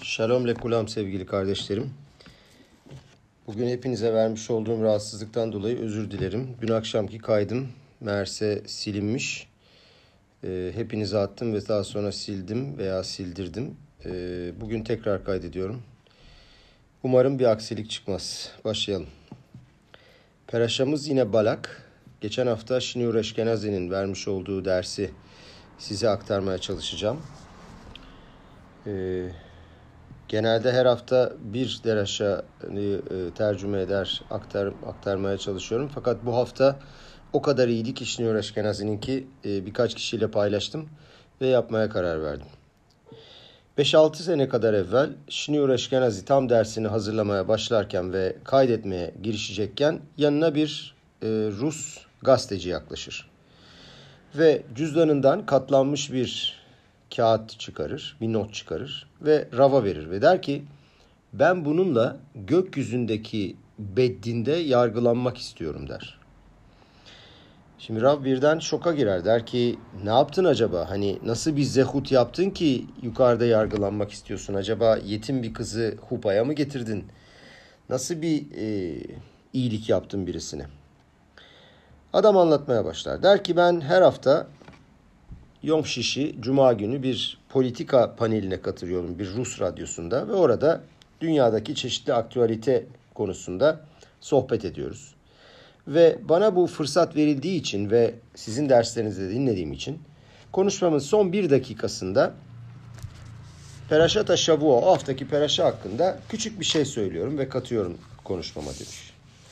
Shalom lekulam sevgili kardeşlerim. Bugün hepinize vermiş olduğum rahatsızlıktan dolayı özür dilerim. Dün akşamki kaydım meğerse silinmiş. Hepinize attım ve daha sonra sildim veya sildirdim. Bugün tekrar kaydediyorum. Umarım bir aksilik çıkmaz. Başlayalım. Peraşamız yine Balak. Geçen hafta Şniur Eşkenazi'nin vermiş olduğu dersi size aktarmaya çalışacağım. Genelde her hafta bir deraşa tercüme eder, aktarmaya çalışıyorum. Fakat bu hafta o kadar iyiydi ki Şniur Eşkenazi'ninki birkaç kişiyle paylaştım ve yapmaya karar verdim. 5-6 sene kadar evvel Şniur Eşkenazi tam dersini hazırlamaya başlarken ve kaydetmeye girişecekken yanına bir Rus gazeteci yaklaşır. Ve cüzdanından katlanmış bir kağıt çıkarır, bir not çıkarır ve Rav'a verir ve der ki ben bununla gökyüzündeki beddinde yargılanmak istiyorum der. Şimdi Rav birden şoka girer, der ki ne yaptın acaba? Hani nasıl bir zehut yaptın ki yukarıda yargılanmak istiyorsun? Acaba yetim bir kızı hupaya mı getirdin? Nasıl bir iyilik yaptın birisine? Adam anlatmaya başlar. Der ki ben her hafta Yom Şişi, Cuma günü bir politika paneline katılıyorum bir Rus radyosunda ve orada dünyadaki çeşitli aktüelite konusunda sohbet ediyoruz. Ve bana bu fırsat verildiği için ve sizin derslerinizi de dinlediğim için konuşmamın son bir dakikasında Perashat HaShavua, o haftaki Peraşa hakkında küçük bir şey söylüyorum ve katıyorum konuşmama demiş.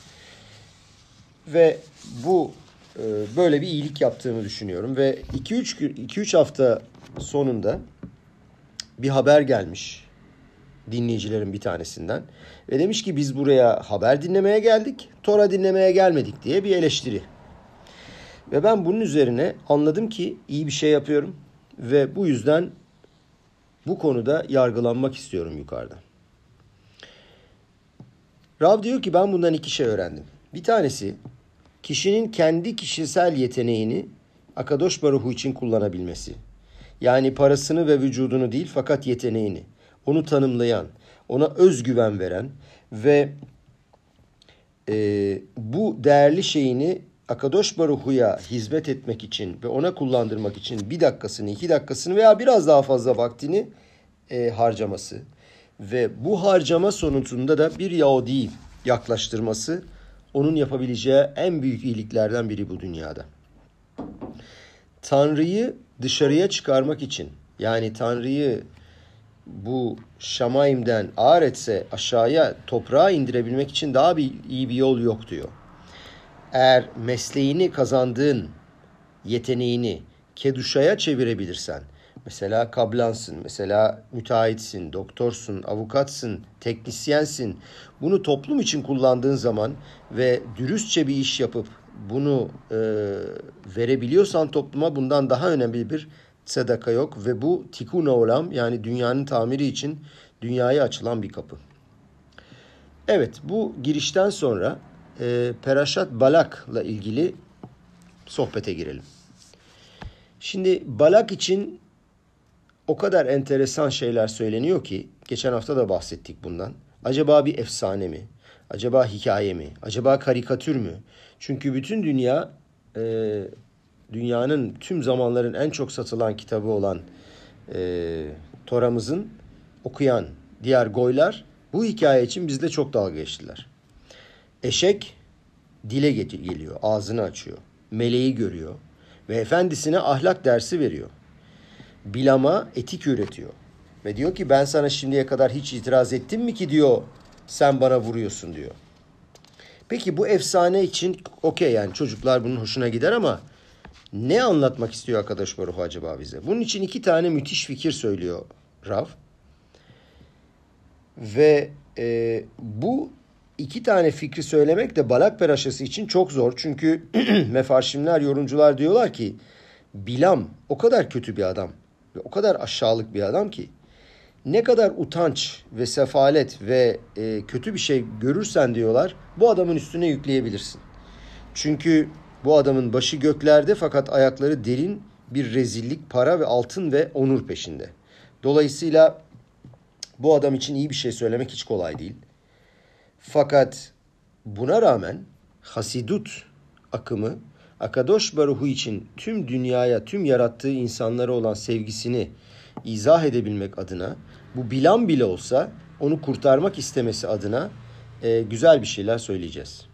Ve bu böyle bir iyilik yaptığımı düşünüyorum ve 2-3 hafta sonunda bir haber gelmiş dinleyicilerin bir tanesinden ve demiş ki biz buraya haber dinlemeye geldik, Tora dinlemeye gelmedik diye bir eleştiri. Ve ben bunun üzerine anladım ki iyi bir şey yapıyorum ve bu yüzden bu konuda yargılanmak istiyorum yukarıda. Rav diyor ki ben bundan iki şey öğrendim. Bir tanesi kişinin kendi kişisel yeteneğini Akadosh Baruhu için kullanabilmesi. Yani parasını ve vücudunu değil fakat yeteneğini. Onu tanımlayan, ona özgüven veren ve bu değerli şeyini Akadosh Baruhu'ya hizmet etmek için ve ona kullandırmak için 1 dakikasını, 2 dakikasını veya biraz daha fazla vaktini harcaması. Ve bu harcama sonucunda da bir Yahudi'yi yaklaştırması onun yapabileceği en büyük iyiliklerden biri bu dünyada. Tanrı'yı dışarıya çıkarmak için, yani Tanrı'yı bu Şamayim'den Aaretz'e aşağıya toprağa indirebilmek için daha iyi bir yol yok diyor. Eğer mesleğini kazandığın yeteneğini keduşaya çevirebilirsen, mesela kablansın, mesela müteahhitsin, doktorsun, avukatsın, teknisyensin. Bunu toplum için kullandığın zaman ve dürüstçe bir iş yapıp bunu verebiliyorsan topluma bundan daha önemli bir tzedaka yok. Ve bu tikun olam, yani dünyanın tamiri için dünyaya açılan bir kapı. Evet, bu girişten sonra Perashat Balak'la ilgili sohbete girelim. Şimdi Balak için o kadar enteresan şeyler söyleniyor ki geçen hafta da bahsettik bundan. Acaba bir efsane mi? Acaba hikaye mi? Acaba karikatür mü? Çünkü bütün dünya dünyanın tüm zamanların en çok satılan kitabı olan Tora'mızın okuyan diğer goylar bu hikaye için bizle çok dalga geçtiler. Eşek dile geliyor, ağzını açıyor. Meleği görüyor ve efendisine ahlak dersi veriyor. Bilam'a etik öğretiyor. Ve diyor ki ben sana şimdiye kadar hiç itiraz ettim mi ki diyor sen bana vuruyorsun diyor. Peki bu efsane için okey, yani çocuklar bunun hoşuna gider ama ne anlatmak istiyor Akadosh Baruch Hu acaba bize? Bunun için 2 tane müthiş fikir söylüyor Rav. Ve bu 2 tane fikri söylemek de Balak Peraşası için çok zor. Çünkü mefarşimler, yorumcular diyorlar ki Bilam o kadar kötü bir adam ve o kadar aşağılık bir adam ki ne kadar utanç ve sefalet ve kötü bir şey görürsen diyorlar bu adamın üstüne yükleyebilirsin. Çünkü bu adamın başı göklerde fakat ayakları derin bir rezillik, para ve altın ve onur peşinde. Dolayısıyla Bu adam için iyi bir şey söylemek hiç kolay değil. Fakat buna rağmen Hasidut akımı Akadosh Baruhu için tüm dünyaya, tüm yarattığı insanlara olan sevgisini izah edebilmek adına, bu Bilam bile olsa onu kurtarmak istemesi adına güzel bir şeyler söyleyeceğiz.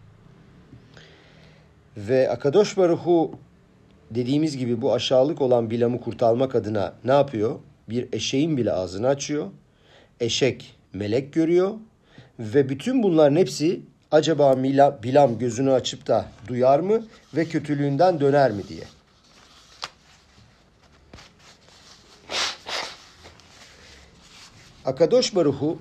Ve Akadosh Baruhu dediğimiz gibi bu aşağılık olan Bilam'ı kurtarmak adına ne yapıyor? Bir eşeğin bile ağzını açıyor. Eşek melek görüyor. Ve bütün bunların hepsi acaba Bilam gözünü açıp da duyar mı ve kötülüğünden döner mi diye. Akadosh Baruhu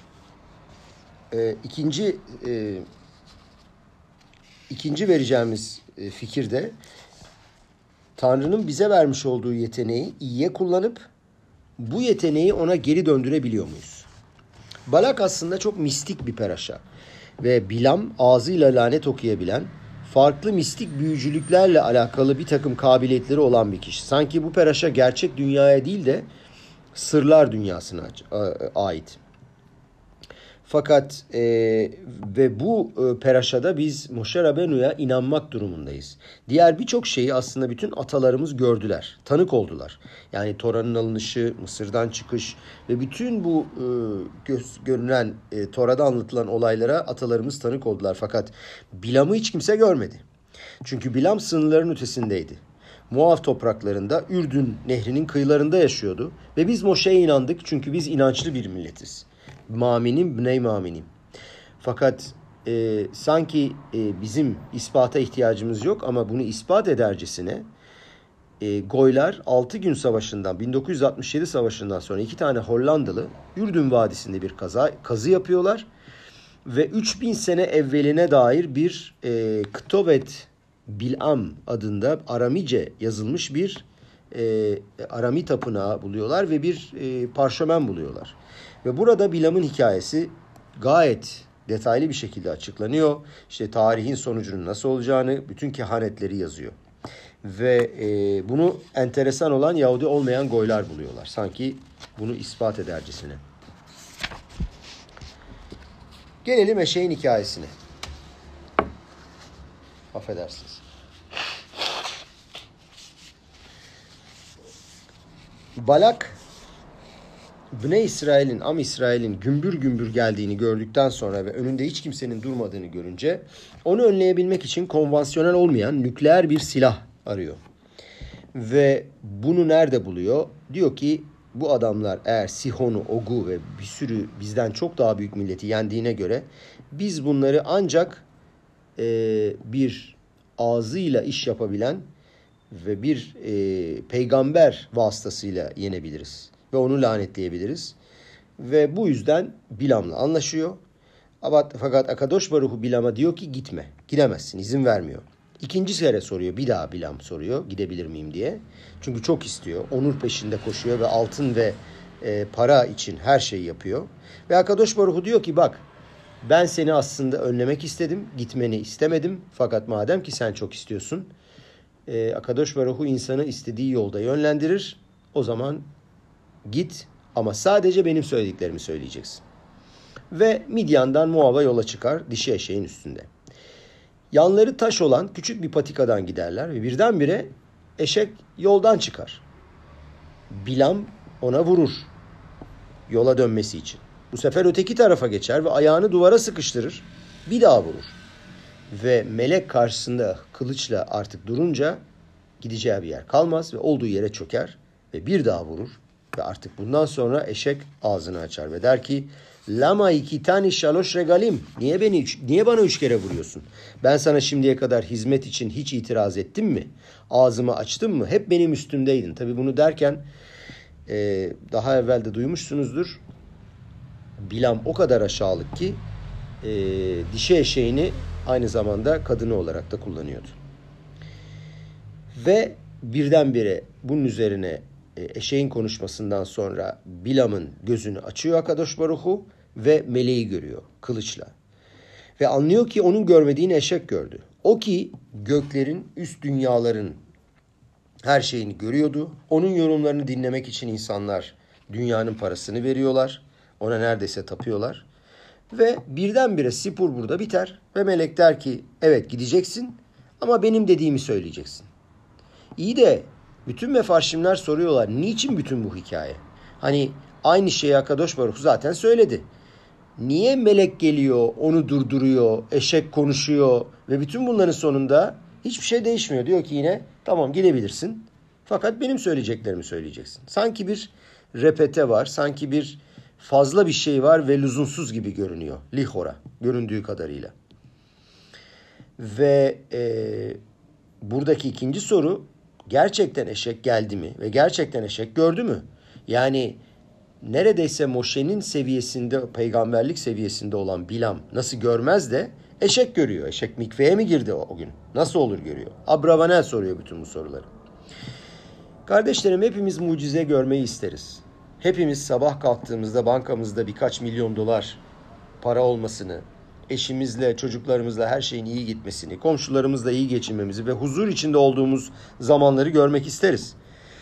ikinci vereceğimiz fikirde Tanrı'nın bize vermiş olduğu yeteneği iyiye kullanıp bu yeteneği ona geri döndürebiliyor muyuz? Balak aslında çok mistik bir peraşa ve Bilam ağzıyla lanet okuyabilen, farklı mistik büyücülüklerle alakalı bir takım kabiliyetleri olan bir kişi. Sanki bu peraşa gerçek dünyaya değil de sırlar dünyasına ait. Fakat ve bu peraşada biz Moşe Rabenu'ya inanmak durumundayız. Diğer birçok şeyi aslında bütün atalarımız gördüler, tanık oldular. Yani Tora'nın alınışı, Mısır'dan çıkış ve bütün bu görünen Tora'da anlatılan olaylara atalarımız tanık oldular. Fakat Bilam'ı hiç kimse görmedi. Çünkü Bilam sınırların ötesindeydi. Muav topraklarında, Ürdün nehrinin kıyılarında yaşıyordu. Ve biz Moşe'ye inandık çünkü biz inançlı bir milletiz. Maminim, bnei maminim. Fakat sanki bizim ispata ihtiyacımız yok ama bunu ispat edercesine Goylar 6 gün savaşından, 1967 savaşından sonra 2 tane Hollandalı Ürdün Vadisi'nde bir kazı yapıyorlar. Ve 3000 sene evveline dair bir Ktovet Bil'am adında Aramice yazılmış bir Arami tapınağı buluyorlar ve bir parşömen buluyorlar. Ve burada Bilam'ın hikayesi gayet detaylı bir şekilde açıklanıyor. İşte tarihin sonucunun nasıl olacağını, bütün kehanetleri yazıyor. Ve bunu enteresan olan Yahudi olmayan Goylar buluyorlar. Sanki bunu ispat edercesine. Gelelim eşeğin hikayesine. Affedersiniz. Balak, Bnei İsrail'in, Am İsrail'in gümbür gümbür geldiğini gördükten sonra ve önünde hiç kimsenin durmadığını görünce onu önleyebilmek için konvansiyonel olmayan nükleer bir silah arıyor. Ve bunu nerede buluyor? Diyor ki bu adamlar eğer Sihon'u, Og'u ve bir sürü bizden çok daha büyük milleti yendiğine göre biz bunları ancak bir ağzıyla iş yapabilen ve bir peygamber vasıtasıyla yenebiliriz. Ve onu lanetleyebiliriz. Ve bu yüzden Bilam'la anlaşıyor. Fakat Akadosh Baruhu Bilam'a diyor ki gitme. Gidemezsin, izin vermiyor. İkinci kere soruyor. Bir daha Bilam soruyor. Gidebilir miyim diye. Çünkü çok istiyor. Onur peşinde koşuyor ve altın ve para için her şeyi yapıyor. Ve Akadosh Baruhu diyor ki bak ben seni aslında önlemek istedim. Gitmeni istemedim. Fakat madem ki sen çok istiyorsun. Akadosh Baruhu insanı istediği yolda yönlendirir. O zaman git ama sadece benim söylediklerimi söyleyeceksin. Ve Midyan'dan Moab'a yola çıkar dişi eşeğin üstünde. Yanları taş olan küçük bir patikadan giderler ve birdenbire eşek yoldan çıkar. Bilam ona vurur yola dönmesi için. Bu sefer öteki tarafa geçer ve ayağını duvara sıkıştırır. Bir daha vurur. Ve melek karşısında kılıçla artık durunca gideceği bir yer kalmaz ve olduğu yere çöker ve bir daha vurur. Ve artık bundan sonra eşek ağzını açar ve der ki Lama ikitani şaloş regalim. Niye bana 3 kere vuruyorsun? Ben sana şimdiye kadar hizmet için hiç itiraz ettim mi? Ağzımı açtım mı? Hep benim üstümdeydin. Tabii bunu derken daha evvel de duymuşsunuzdur. Bilam o kadar aşağılık ki dişi eşeğini aynı zamanda kadını olarak da kullanıyordu. Ve birdenbire bunun üzerine eşeğin konuşmasından sonra Bilam'ın gözünü açıyor Akadosh Baruhu ve meleği görüyor kılıçla. Ve anlıyor ki onun görmediğini eşek gördü. O ki göklerin, üst dünyaların her şeyini görüyordu. Onun yorumlarını dinlemek için insanlar dünyanın parasını veriyorlar. Ona neredeyse tapıyorlar. Ve birdenbire Sipur burada biter. Ve melek der ki evet gideceksin ama benim dediğimi söyleyeceksin. İyi de bütün mefarşimler soruyorlar. Niçin bütün bu hikaye? Hani aynı şeyi Akadosh Baruch Hu zaten söyledi. Niye melek geliyor, onu durduruyor, eşek konuşuyor ve bütün bunların sonunda hiçbir şey değişmiyor. Diyor ki yine tamam gidebilirsin fakat benim söyleyeceklerimi söyleyeceksin. Sanki bir repete var, sanki bir fazla bir şey var ve lüzumsuz gibi görünüyor. Lihora, göründüğü kadarıyla. Ve buradaki ikinci soru gerçekten eşek geldi mi ve gerçekten eşek gördü mü? Yani neredeyse Moşe'nin seviyesinde, peygamberlik seviyesinde olan Bilam nasıl görmez de eşek görüyor. Eşek mikveye mi girdi o gün? Nasıl olur görüyor? Abravanel soruyor bütün bu soruları. Kardeşlerim hepimiz mucize görmeyi isteriz. Hepimiz sabah kalktığımızda bankamızda birkaç milyon dolar para olmasını, eşimizle, çocuklarımızla her şeyin iyi gitmesini, komşularımızla iyi geçinmemizi ve huzur içinde olduğumuz zamanları görmek isteriz.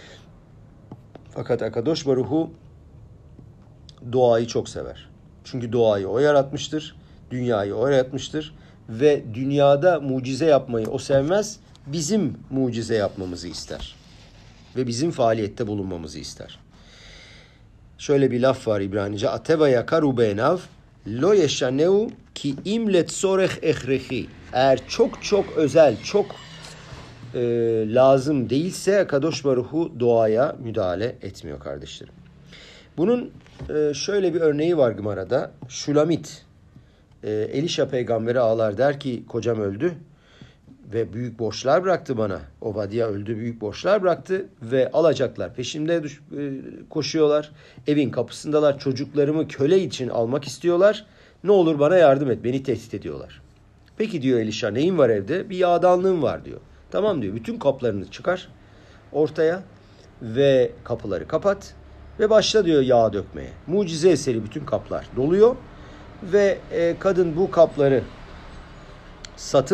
Fakat Akadosh Baruch Hu doğayı çok sever. Çünkü doğayı o yaratmıştır, dünyayı o yaratmıştır ve dünyada mucize yapmayı o sevmez, bizim mucize yapmamızı ister. Ve bizim faaliyette bulunmamızı ister. Şöyle bir laf var İbranice. Ateva yakaru benav lo yeşaneu ki imlet soreh ehrehi. Eğer çok çok özel, çok lazım değilse Kadosh Baruch Hu doğaya müdahale etmiyor kardeşlerim. Bunun şöyle bir örneği var Gemara'da. Şulamit, Elişa peygamberi ağlar der ki kocam öldü ve büyük borçlar bıraktı bana. Obadya öldü, büyük borçlar bıraktı ve alacaklar. Peşimde koşuyorlar. Evin kapısındalar. Çocuklarımı köle için almak istiyorlar. Ne olur bana yardım et. Beni tehdit ediyorlar. Peki diyor Elişa, neyin var evde? Bir yağdanlığım var diyor. Tamam diyor. Bütün kaplarını çıkar ortaya ve kapıları kapat ve başla diyor yağ dökmeye. Mucize eseri bütün kaplar doluyor ve kadın bu kapları satıp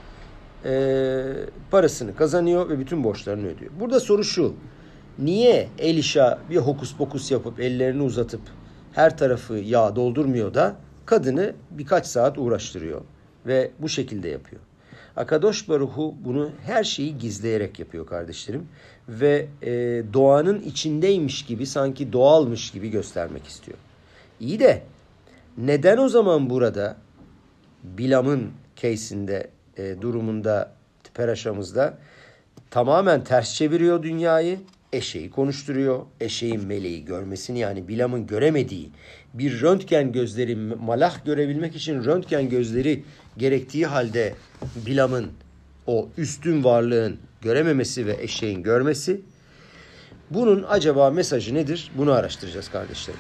parasını kazanıyor ve bütün borçlarını ödüyor. Burada soru şu. Niye Elişa bir hokus pokus yapıp ellerini uzatıp her tarafı yağ doldurmuyor da kadını birkaç saat uğraştırıyor ve bu şekilde yapıyor? Akadosh Baruch Hu bunu her şeyi gizleyerek yapıyor kardeşlerim ve doğanın içindeymiş gibi sanki doğalmış gibi göstermek istiyor. İyi de neden o zaman burada Bilam'ın case'inde durumunda peraşamızda tamamen ters çeviriyor dünyayı, eşeği konuşturuyor, eşeğin meleği görmesini yani Bilam'ın göremediği bir röntgen gözleri malah görebilmek için röntgen gözleri gerektiği halde Bilam'ın o üstün varlığın görememesi ve eşeğin görmesi. Bunun acaba mesajı nedir? Bunu araştıracağız kardeşlerim.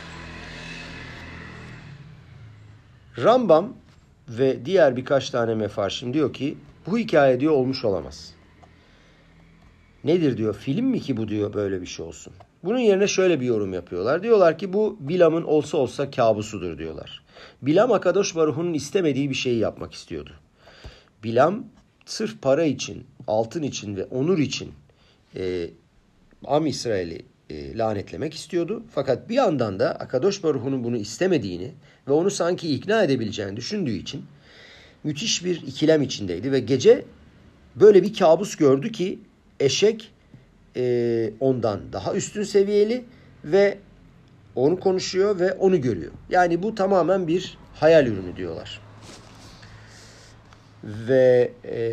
Rambam ve diğer birkaç tane mefarşim diyor ki bu hikaye diyor olmuş olamaz. Nedir diyor? Film mi ki bu diyor böyle bir şey olsun. Bunun yerine şöyle bir yorum yapıyorlar. Diyorlar ki bu Bilam'ın olsa olsa kabusudur diyorlar. Bilam Akadosh Baruch Hu'nun istemediği bir şeyi yapmak istiyordu. Bilam sırf para için, altın için ve onur için Am İsrail'i lanetlemek istiyordu. Fakat bir yandan da Akadosh Baruch Hu'nun bunu istemediğini ve onu sanki ikna edebileceğini düşündüğü için müthiş bir ikilem içindeydi ve gece böyle bir kabus gördü ki eşek ondan daha üstün seviyeli ve onu konuşuyor ve onu görüyor. Yani bu tamamen bir hayal ürünü diyorlar. Ve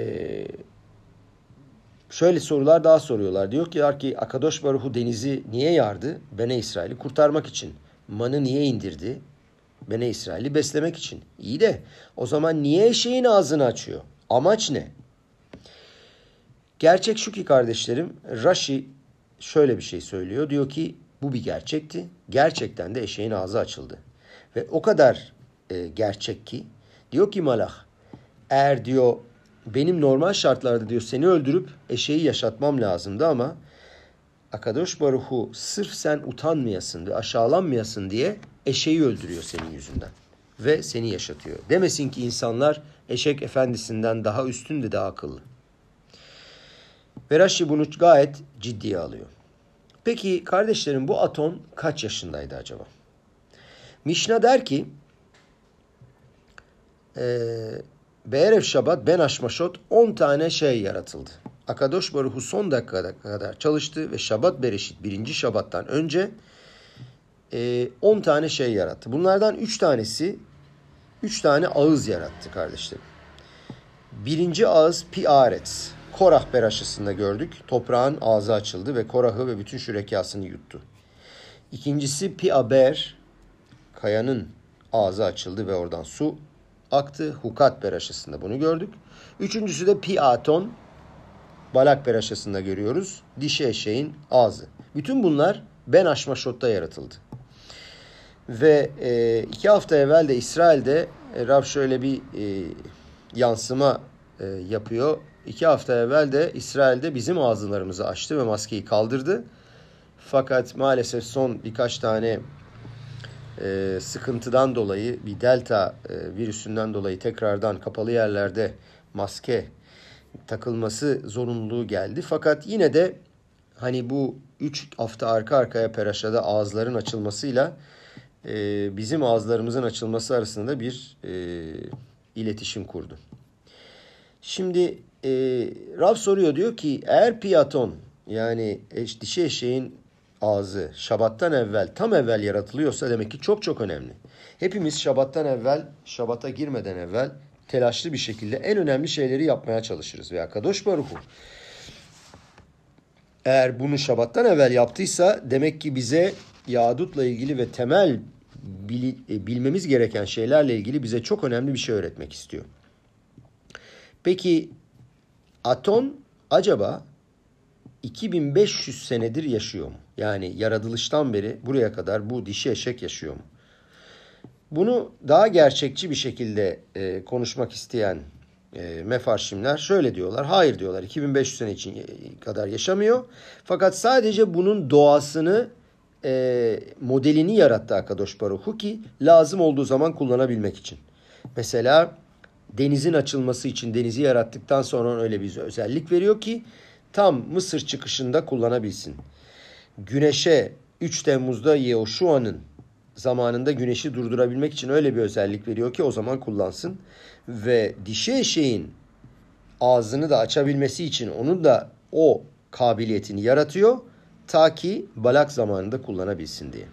şöyle sorular daha soruyorlar. Diyor ki Akadosh Baruch Hu denizi niye yardı? Bene İsrail'i kurtarmak için. Manı niye indirdi? Bene İsrail'i beslemek için. İyi de o zaman niye eşeğin ağzını açıyor? Amaç ne? Gerçek şu ki kardeşlerim, Rashi şöyle bir şey söylüyor. Diyor ki bu bir gerçekti. Gerçekten de eşeğin ağzı açıldı. Ve o kadar gerçek ki diyor ki Malach eğer diyor benim normal şartlarda diyor seni öldürüp eşeği yaşatmam lazımdı ama Akadosh Baruch Hu sırf sen utanmayasın ve aşağılanmayasın diye eşeği öldürüyor senin yüzünden. Ve seni yaşatıyor. Demesin ki insanlar eşek efendisinden daha üstün de daha akıllı. Ve Rashi bunu gayet ciddiye alıyor. Peki kardeşlerim bu Aton kaç yaşındaydı acaba? Mişna der ki Be'erev Şabat ben Aşmaşot 10 tane şey yaratıldı. Akadosh Baruch Hu son dakikada kadar çalıştı ve Şabat Bereşit birinci Şabat'tan önce 10 tane şey yarattı. Bunlardan 3 tane ağız yarattı kardeşlerim. Birinci ağız Pi'aretz. Korah beraşısında gördük. Toprağın ağzı açıldı ve Korah'ı ve bütün şürekasını yuttu. İkincisi Pi'aber. Kayanın ağzı açıldı ve oradan su aktı. Hukat beraşısında bunu gördük. Üçüncüsü de Pi'aton. Balak beraşısında görüyoruz. Dişi eşeğin ağzı. Bütün bunlar Ben Aşmaşot'ta yaratıldı. Ve 2 hafta evvel de İsrail'de Rab şöyle bir yansıma yapıyor. 2 hafta evvel de İsrail'de bizim ağızlarımızı açtı ve maskeyi kaldırdı. Fakat maalesef son birkaç tane sıkıntıdan dolayı, bir delta virüsünden dolayı tekrardan kapalı yerlerde maske takılması zorunluluğu geldi. Fakat yine de hani bu 3 hafta arka arkaya peraşada ağızların açılmasıyla bizim ağızlarımızın açılması arasında bir iletişim kurdu. Şimdi Rav soruyor, diyor ki eğer piyaton yani dişi eşeğin ağzı Şabat'tan evvel, tam evvel yaratılıyorsa demek ki çok çok önemli. Hepimiz Şabat'tan evvel, Şabat'a girmeden evvel telaşlı bir şekilde en önemli şeyleri yapmaya çalışırız. Ve Akadosh Baruch Hu eğer bunu Şabat'tan evvel yaptıysa demek ki bize Yahudutla ilgili ve temel bilmemiz gereken şeylerle ilgili bize çok önemli bir şey öğretmek istiyor. Peki Aton acaba 2500 senedir yaşıyor mu? Yani yaratılıştan beri buraya kadar bu dişi eşek yaşıyor mu? Bunu daha gerçekçi bir şekilde konuşmak isteyen mefarşimler şöyle diyorlar. Hayır diyorlar, 2500 sene için kadar yaşamıyor. Fakat sadece bunun doğasını, modelini yarattı Akadosh Baruch Hu ki lazım olduğu zaman kullanabilmek için. Mesela denizin açılması için, denizi yarattıktan sonra öyle bir özellik veriyor ki tam Mısır çıkışında kullanabilsin. Güneşe 3 Temmuz'da Yehoşua'nın zamanında güneşi durdurabilmek için öyle bir özellik veriyor ki o zaman kullansın. Ve dişi eşeğin ağzını da açabilmesi için onun da o kabiliyetini yaratıyor ta ki Balak zamanında kullanabilsin diye.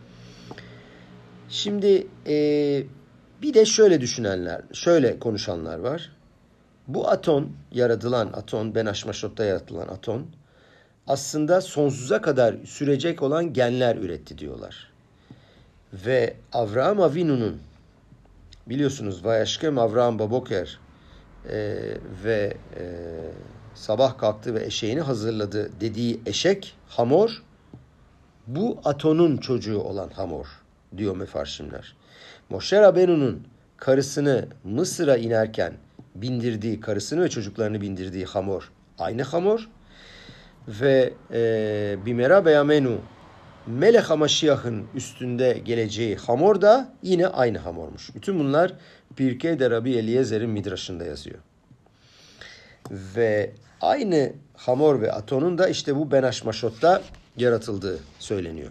Şimdi bir de şöyle düşünenler, şöyle konuşanlar var. Bu Aton, yaratılan Aton, Ben Aşmaşot'ta yaratılan Aton aslında sonsuza kadar sürecek olan genler üretti diyorlar. Ve Avraham Avinu'nun, biliyorsunuz Vayaşkem Avraham Baboker ve sabah kalktı ve eşeğini hazırladı dediği eşek Hamor, bu Aton'un çocuğu olan Hamor diyor mefarşimler. Moşe Rabenu'nun karısını Mısır'a inerken bindirdiği, karısını ve çocuklarını bindirdiği Hamor aynı Hamor ve Bimera Beyamenu Melech HaMashiach'ın üstünde geleceği Hamor da yine aynı Hamor'muş. Bütün bunlar Pirkei de Rabbi Eliezer'in Midraş'ında yazıyor. Ve aynı Hamor ve Aton'un da işte bu Ben Aşmaşot'ta yaratıldığı söyleniyor.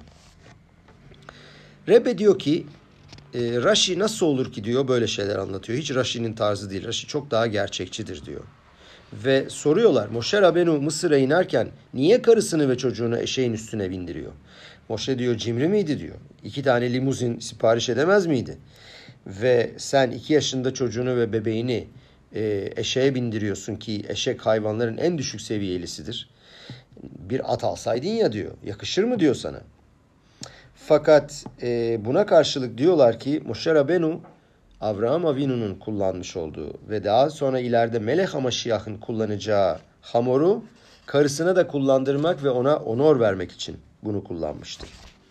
Rebbe diyor ki Rashi nasıl olur ki diyor, böyle şeyler anlatıyor. Hiç Rashi'nin tarzı değil. Rashi çok daha gerçekçidir diyor. Ve soruyorlar, Moşe Rabenu Mısır'a inerken niye karısını ve çocuğunu eşeğin üstüne bindiriyor? Moşe diyor cimri miydi diyor. 2 tane limuzin sipariş edemez miydi? Ve sen 2 yaşında çocuğunu ve bebeğini eşeğe bindiriyorsun ki eşek hayvanların en düşük seviyelisidir. Bir at alsaydın ya diyor. Yakışır mı diyor sana. Fakat buna karşılık diyorlar ki Moşe Rabenu Avraham Avinu'nun kullanmış olduğu ve daha sonra ileride Melech HaMashiach'ın kullanacağı Hamor'u karısına da kullandırmak ve ona onor vermek için bunu kullanmıştır.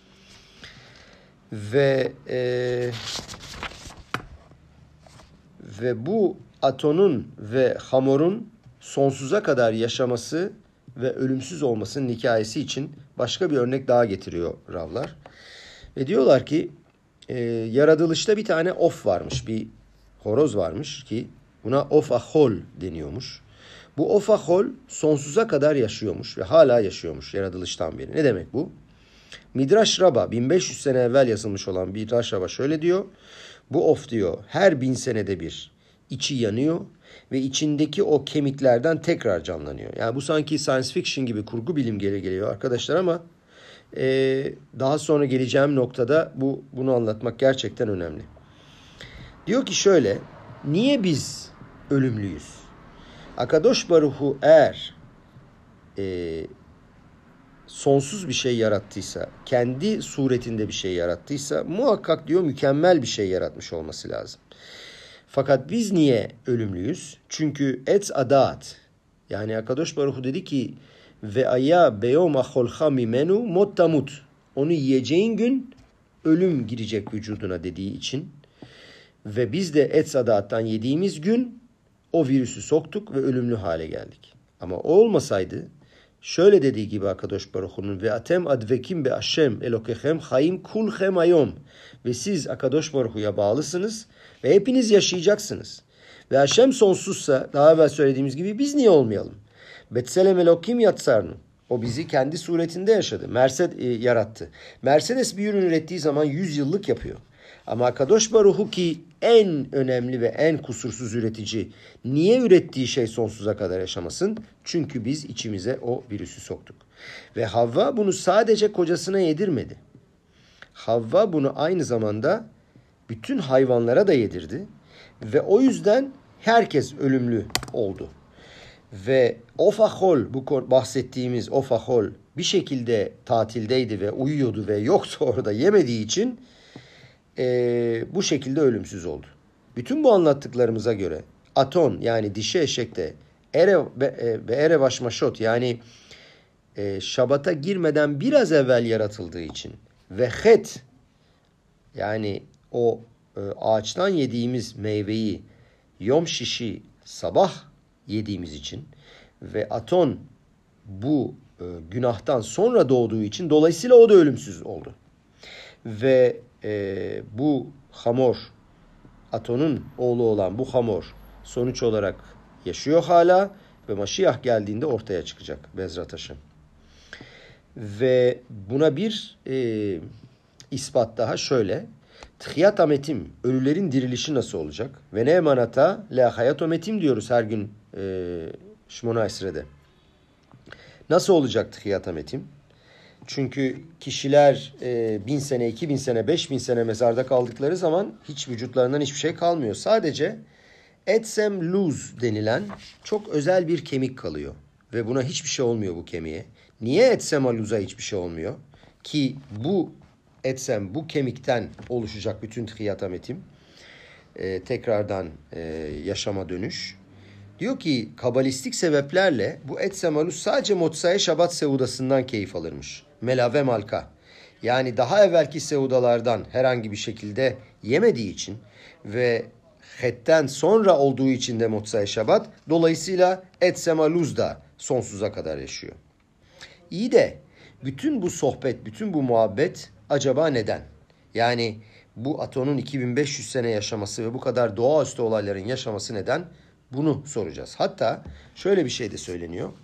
Ve bu Aton'un ve Hamor'un sonsuza kadar yaşaması ve ölümsüz olmasının hikayesi için başka bir örnek daha getiriyor Ravlar. Ve diyorlar ki yaratılışta bir tane of varmış, bir horoz varmış ki buna of ahol deniyormuş. Bu of ahol sonsuza kadar yaşıyormuş ve hala yaşıyormuş yaratılıştan beri. Ne demek bu? Midrash Rabba 1500 sene evvel yazılmış olan Midrash Rabba şöyle diyor. Bu of diyor her 1000 senede bir içi yanıyor ve içindeki o kemiklerden tekrar canlanıyor. Yani bu sanki science fiction gibi kurgu bilim geliyor arkadaşlar ama daha sonra geleceğim noktada bunu anlatmak gerçekten önemli. Diyor ki şöyle, niye biz ölümlüyüz? Akadosh Baruhu eğer sonsuz bir şey yarattıysa, kendi suretinde bir şey yarattıysa muhakkak diyor mükemmel bir şey yaratmış olması lazım. Fakat biz niye ölümlüyüz? Çünkü etz adat, yani Akadosh Baruhu dedi ki ve aya beyom aholcha mimenu mot tamut, onu yiyeceğin gün ölüm girecek vücuduna dediği için ve biz de etz adattan yediğimiz gün o virüsü soktuk ve ölümlü hale geldik. Ama o olmasaydı şöyle dediği gibi Akadosh Baruhu'nun ve atem advekim be Hashem elokechem hayim kulchem ayom, ve siz Akadosh Baruhu'ya bağlısınız ve hepiniz yaşayacaksınız. Ve Hashem sonsuzsa daha evvel söylediğimiz gibi biz niye olmayalım? Betselem elokim yatsarnu. O bizi kendi suretinde yarattı. Mercedes bir ürün ürettiği zaman 100 yıllık yapıyor. Ama Akadosh Baruhu ki en önemli ve en kusursuz üretici, niye ürettiği şey sonsuza kadar yaşamasın? Çünkü biz içimize o virüsü soktuk. Ve Havva bunu sadece kocasına yedirmedi. Havva bunu aynı zamanda bütün hayvanlara da yedirdi. Ve o yüzden herkes ölümlü oldu. Ve Ofahol, bu bahsettiğimiz Ofahol bir şekilde tatildeydi ve uyuyordu ve yoksa orada yemediği için bu şekilde ölümsüz oldu. Bütün bu anlattıklarımıza göre Aton, yani dişi eşekte erev aşmaşot, yani Şabat'a girmeden biraz evvel yaratıldığı için ve het, yani o ağaçtan yediğimiz meyveyi yom şişi sabah yediğimiz için ve Aton bu günahtan sonra doğduğu için dolayısıyla o da ölümsüz oldu. Ve bu Hamor, Aton'un oğlu olan bu Hamor sonuç olarak yaşıyor hala ve Maşiyah geldiğinde ortaya çıkacak Bezrat Haşem. Ve buna bir ispat daha şöyle. Tchiyat ametim, ölülerin dirilişi nasıl olacak? Ve ne emanata la hayat ametim diyoruz her gün Şmona Esre'de. Nasıl olacak tchiyat ametim? Çünkü kişiler 1000 sene, 2000 sene, 5000 sene mezarda kaldıkları zaman hiç vücutlarından hiçbir şey kalmıyor. Sadece etsem luz denilen çok özel bir kemik kalıyor. Ve buna hiçbir şey olmuyor bu kemiğe. Niye etsem luza hiçbir şey olmuyor? Ki bu etsem, bu kemikten oluşacak bütün tchiyatametim. Tekrardan yaşama dönüş. Diyor ki kabalistik sebeplerle bu etsem luz sadece Motsaya Şabat Seudasından keyif alırmış. Melave Malka. Yani daha evvelki Seudalardan herhangi bir şekilde yemediği için ve Hetten sonra olduğu için de Motsaya Şabat, dolayısıyla etsema luz da sonsuza kadar yaşıyor. İyi de bütün bu sohbet, bütün bu muhabbet acaba neden? Yani bu Aton'un 2500 sene yaşaması ve bu kadar doğaüstü olayların yaşaması neden? Bunu soracağız. Hatta şöyle bir şey de söyleniyor.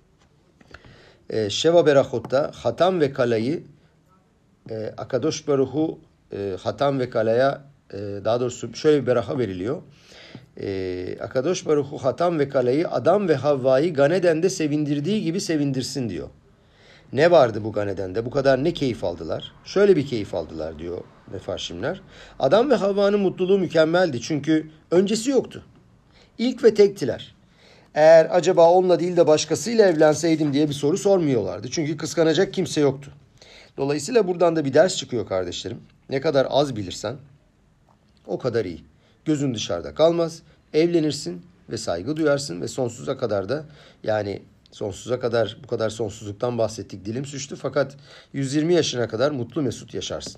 Sheva Berachot'ta Hatam ve Kala'yı Akadosh Baruhu Hatam ve Kala'ya daha doğrusu şöyle bir beraha veriliyor. Akadosh Baruhu Hatam ve Kala'yı Adam ve Havva'yı Ganeden'de sevindirdiği gibi sevindirsin diyor. Ne vardı bu Ganeden'de? Bu kadar ne keyif aldılar? Şöyle bir keyif aldılar diyor Mefarşimler. Adam ve Havva'nın mutluluğu mükemmeldi. Çünkü öncesi yoktu. İlk ve tektiler. Eğer acaba onunla değil de başkasıyla evlenseydim diye bir soru sormuyorlardı. Çünkü kıskanacak kimse yoktu. Dolayısıyla buradan da bir ders çıkıyor kardeşlerim. Ne kadar az bilirsen o kadar iyi. Gözün dışarıda kalmaz. Evlenirsin ve saygı duyarsın ve sonsuza kadar da, yani sonsuza kadar, bu kadar sonsuzluktan bahsettik, dilim sürçtü, fakat 120 yaşına kadar mutlu mesut yaşarsın.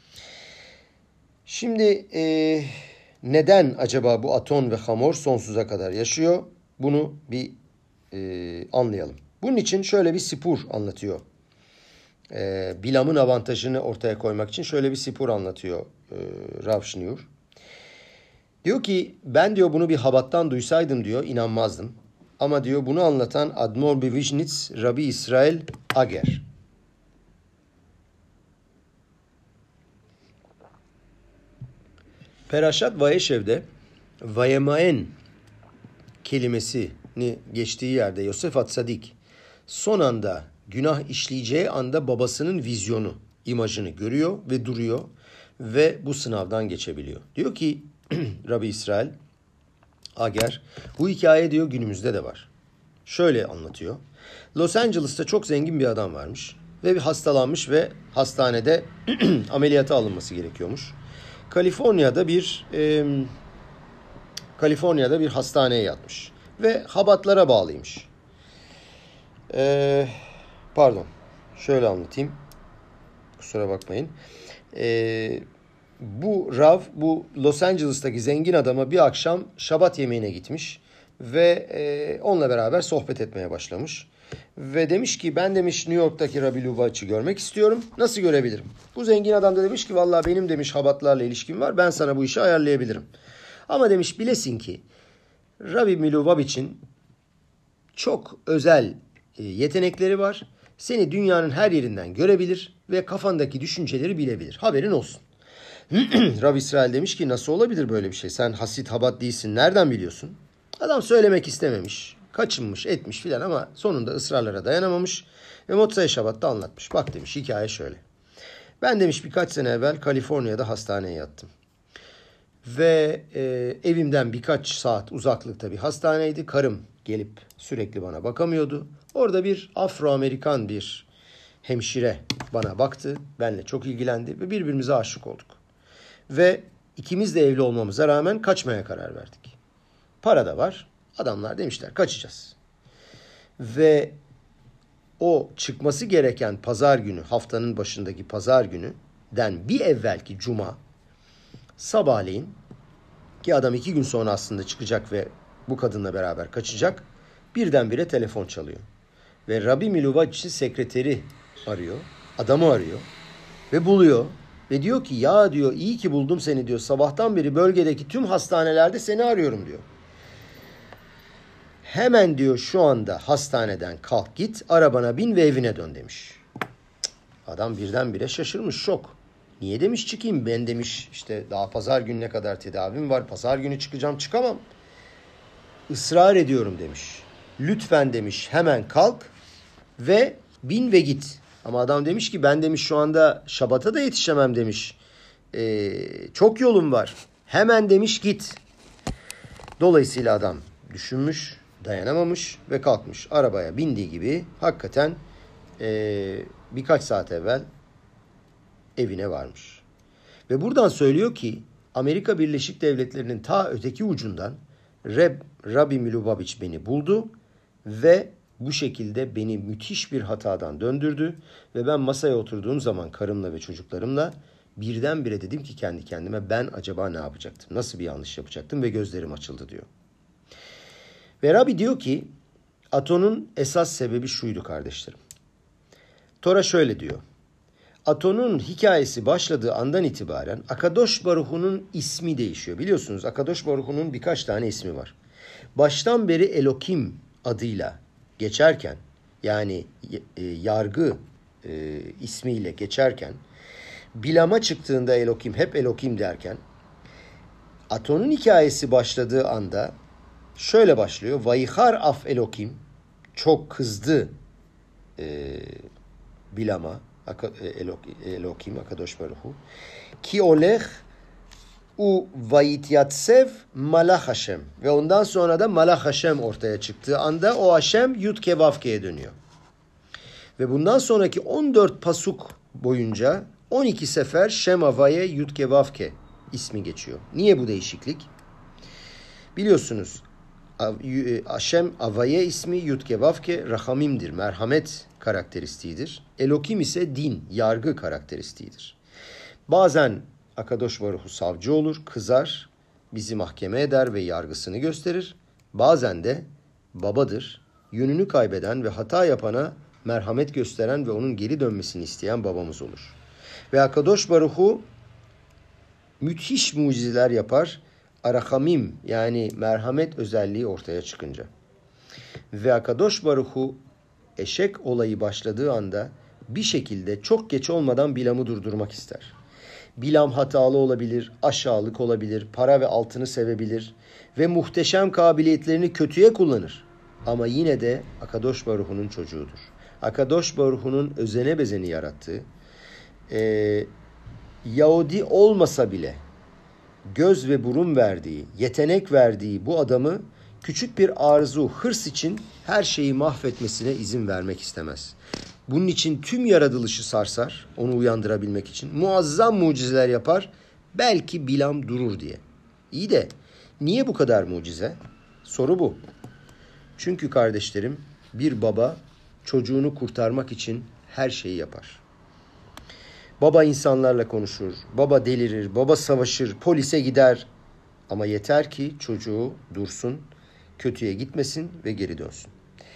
Şimdi neden acaba bu Aton ve Hamor sonsuza kadar yaşıyor? Bunu bir anlayalım. Bunun için şöyle bir sipur anlatıyor. Bilam'ın avantajını ortaya koymak için şöyle bir sipur anlatıyor Rav Shneur. Diyor ki ben diyor bunu bir habattan duysaydım diyor inanmazdım. Ama diyor bunu anlatan Admor Bivişnitz Rabbi İsrail Ager. Perashat Vayeshev'de Vayemaen kelimesini geçtiği yerde Yosef Atsadik son anda günah işleyeceği anda babasının vizyonu, imajını görüyor ve duruyor ve bu sınavdan geçebiliyor. Diyor ki Rabbi İsrail Ager, bu hikaye diyor günümüzde de var. Şöyle anlatıyor. Los Angeles'ta çok zengin bir adam varmış ve bir hastalanmış ve hastanede ameliyata alınması gerekiyormuş. Kaliforniya'da bir hastaneye yatmış ve habatlara bağlıymış. Şöyle anlatayım. Kusura bakmayın. Bu Rav, bu Los Angeles'taki zengin adama bir akşam şabat yemeğine gitmiş ve onunla beraber sohbet etmeye başlamış. Ve demiş ki ben demiş New York'taki Rabbi Lubavitch'i görmek istiyorum. Nasıl görebilirim? Bu zengin adam da demiş ki vallahi benim demiş habatlarla ilişkim var. Ben sana bu işi ayarlayabilirim. Ama demiş bilesin ki Rabbi Lubavitch'in çok özel yetenekleri var. Seni dünyanın her yerinden görebilir ve kafandaki düşünceleri bilebilir. Haberin olsun. Rabbi İsrail demiş ki nasıl olabilir böyle bir şey? Sen Hasid Habat değilsin. Nereden biliyorsun? Adam söylemek istememiş. Kaçınmış etmiş filan ama sonunda ısrarlara dayanamamış. Ve Motzai Şabat'ta anlatmış. Bak demiş hikaye şöyle. Ben demiş birkaç sene evvel Kaliforniya'da hastaneye yattım. Ve evimden birkaç saat uzaklıkta bir hastaneydi. Karım gelip sürekli bana bakamıyordu. Orada bir Afro-Amerikan bir hemşire bana baktı. Benle çok ilgilendi ve birbirimize aşık olduk. Ve ikimiz de evli olmamıza rağmen kaçmaya karar verdik. Para da var. Adamlar demişler kaçacağız. Ve o çıkması gereken pazar günü, haftanın başındaki pazar günüden bir evvelki cuma sabahleyin ki adam 2 gün sonra aslında çıkacak ve bu kadınla beraber kaçacak. Birdenbire telefon çalıyor. Ve Rabbi Miluvacic'in sekreteri arıyor. Adamı arıyor. Ve buluyor. Ve diyor ki ya diyor iyi ki buldum seni diyor. Sabahtan beri bölgedeki tüm hastanelerde seni arıyorum diyor. Hemen diyor şu anda hastaneden kalk git arabana bin ve evine dön demiş. Adam birdenbire şaşırmış şok. Niye demiş çıkayım ben demiş işte daha pazar gününe kadar tedavim var. Pazar günü çıkacağım çıkamam. Israr ediyorum demiş. Lütfen demiş hemen kalk ve bin ve git. Ama adam demiş ki ben demiş şu anda Şabat'a da yetişemem demiş. Çok yolum var. Hemen demiş git. Dolayısıyla adam düşünmüş, dayanamamış ve kalkmış. Arabaya bindiği gibi hakikaten birkaç saat evvel evine varmış. Ve buradan söylüyor ki Amerika Birleşik Devletleri'nin ta öteki ucundan Rabbi Milubavitch beni buldu ve bu şekilde beni müthiş bir hatadan döndürdü ve ben masaya oturduğum zaman karımla ve çocuklarımla birdenbire dedim ki kendi kendime ben acaba ne yapacaktım? Nasıl bir yanlış yapacaktım? Ve gözlerim açıldı diyor. Ve Rabbi diyor ki Aton'un esas sebebi şuydu kardeşlerim. Tora şöyle diyor. Aton'un hikayesi başladığı andan itibaren Akadosh Baruhu'nun ismi değişiyor. Biliyorsunuz Akadosh Baruhu'nun birkaç tane ismi var. Baştan beri Elokim adıyla geçerken yani yargı ismiyle geçerken Bilam'a çıktığında Elokim hep Elokim derken Aton'un hikayesi başladığı anda şöyle başlıyor. Vayihar af Elokim çok kızdı Bilam'a Elokim Akadosh Baruhu ki oleh u vayityatsev malach Hashem ve ondan sonra da malach Hashem ortaya çıktığı anda o Hashem Yudke Vavke'ye dönüyor. Ve bundan sonraki 14 pasuk boyunca 12 sefer Shem Avaye Yudke Vavke ismi geçiyor. Niye bu değişiklik? Biliyorsunuz Hashem Avaye ismi Yudke Vavke Rahamim'dir. Merhamet karakteristiğidir. Elokim ise din, yargı karakteristiğidir. Bazen Akadosh Baruhu savcı olur, kızar, bizi mahkeme eder ve yargısını gösterir. Bazen de babadır, yönünü kaybeden ve hata yapana merhamet gösteren ve onun geri dönmesini isteyen babamız olur. Ve Akadosh Baruhu müthiş mucizeler yapar. Arahamim yani merhamet özelliği ortaya çıkınca. Ve Akadosh Baruhu eşek olayı başladığı anda bir şekilde çok geç olmadan Bilam'ı durdurmak ister. Bilam hatalı olabilir, aşağılık olabilir, para ve altını sevebilir ve muhteşem kabiliyetlerini kötüye kullanır. Ama yine de Akadosh Baruhu'nun çocuğudur. Akadosh Baruhu'nun özene bezeni yarattığı, Yahudi olmasa bile göz ve burun verdiği, yetenek verdiği bu adamı küçük bir arzu, hırs için her şeyi mahvetmesine izin vermek istemez. Bunun için tüm yaratılışı sarsar, onu uyandırabilmek için. Muazzam mucizeler yapar, belki Bilam durur diye. İyi de niye bu kadar mucize? Soru bu. Çünkü kardeşlerim, bir baba çocuğunu kurtarmak için her şeyi yapar. Baba insanlarla konuşur, baba delirir, baba savaşır, polise gider. Ama yeter ki çocuğu dursun, kötüye gitmesin ve geri dönsün.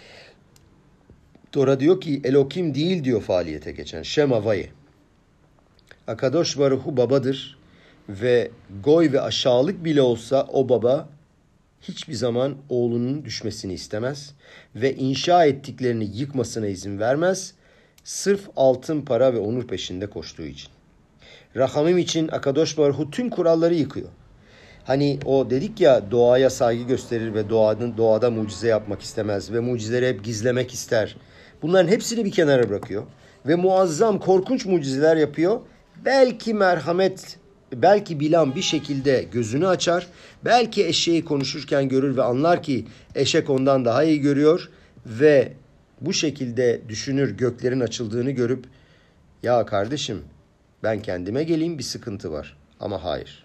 Tora diyor ki Elokim değil diyor faaliyete geçen. Shem Havaye. Akadosh Baruhu babadır ve goy ve aşağılık bile olsa o baba hiçbir zaman oğlunun düşmesini istemez ve inşa ettiklerini yıkmasına izin vermez. Sırf altın, para ve onur peşinde koştuğu için. Rahamim için Akadosh Baruhu tüm kuralları yıkıyor. Hani o dedik ya, doğaya saygı gösterir ve doğada mucize yapmak istemez ve mucizeleri hep gizlemek ister. Bunların hepsini bir kenara bırakıyor ve muazzam, korkunç mucizeler yapıyor. Belki merhamet, belki Bilam bir şekilde gözünü açar. Belki eşeği konuşurken görür ve anlar ki eşek ondan daha iyi görüyor ve bu şekilde düşünür, göklerin açıldığını görüp ya kardeşim ben kendime geleyim, bir sıkıntı var. Ama hayır.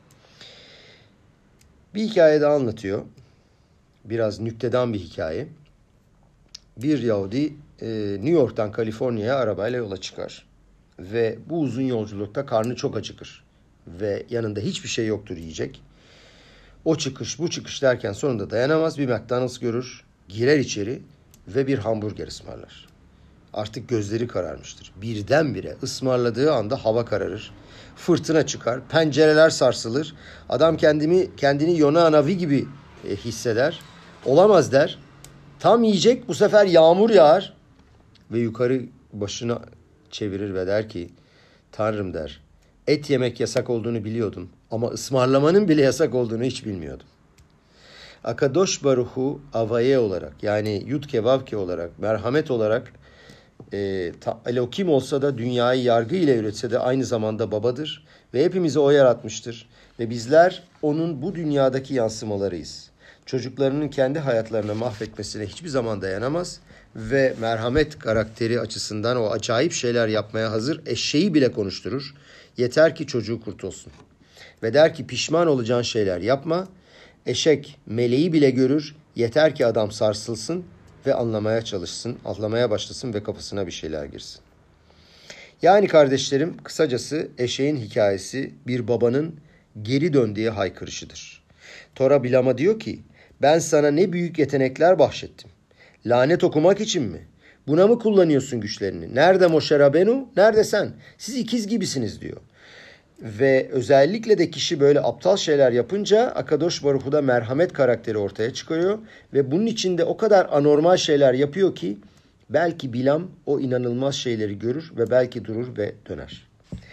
Bir hikaye daha anlatıyor. Biraz nüktedan bir hikaye. Bir Yahudi New York'tan Kaliforniya'ya arabayla yola çıkar. Ve bu uzun yolculukta karnı çok acıkır. Ve yanında hiçbir şey yoktur yiyecek. O çıkış bu çıkış derken sonunda dayanamaz, bir McDonald's görür. Girer içeri ve bir hamburger ısmarlar. Artık gözleri kararmıştır. Birdenbire ısmarladığı anda hava kararır. Fırtına çıkar, pencereler sarsılır. Adam kendini Yona Navi gibi hisseder. Olamaz der. Tam yiyecek, bu sefer yağmur yağar. Ve yukarı başını çevirir ve der ki Tanrım der, et yemek yasak olduğunu biliyordum ama ısmarlamanın bile yasak olduğunu hiç bilmiyordum. Akadosh Baruhu Avaye olarak, yani Yudke Vavke olarak, merhamet olarak Elokim olsa da dünyayı yargı ile üretse de aynı zamanda babadır ve hepimizi o yaratmıştır ve bizler onun bu dünyadaki yansımalarıyız. Çocuklarının kendi hayatlarını mahvetmesine hiçbir zaman dayanamaz ve merhamet karakteri açısından o acayip şeyler yapmaya hazır, eşeği bile konuşturur. Yeter ki çocuğu kurtulsun. Ve der ki pişman olacağın şeyler yapma. Eşek meleği bile görür. Yeter ki adam sarsılsın ve anlamaya çalışsın, anlamaya başlasın ve kafasına bir şeyler girsin. Yani kardeşlerim, kısacası eşeğin hikayesi bir babanın geri döndüğü haykırışıdır. Tora Bilam'a diyor ki, ben sana ne büyük yetenekler bahşettim. Lanet okumak için mi? Buna mı kullanıyorsun güçlerini? Nerede Moshe Rabenu? Nerede sen? Siz ikiz gibisiniz diyor. Ve özellikle de kişi böyle aptal şeyler yapınca Akadosh Baruhu'da merhamet karakteri ortaya çıkıyor. Ve bunun içinde o kadar anormal şeyler yapıyor ki belki Bilam o inanılmaz şeyleri görür ve belki durur ve döner.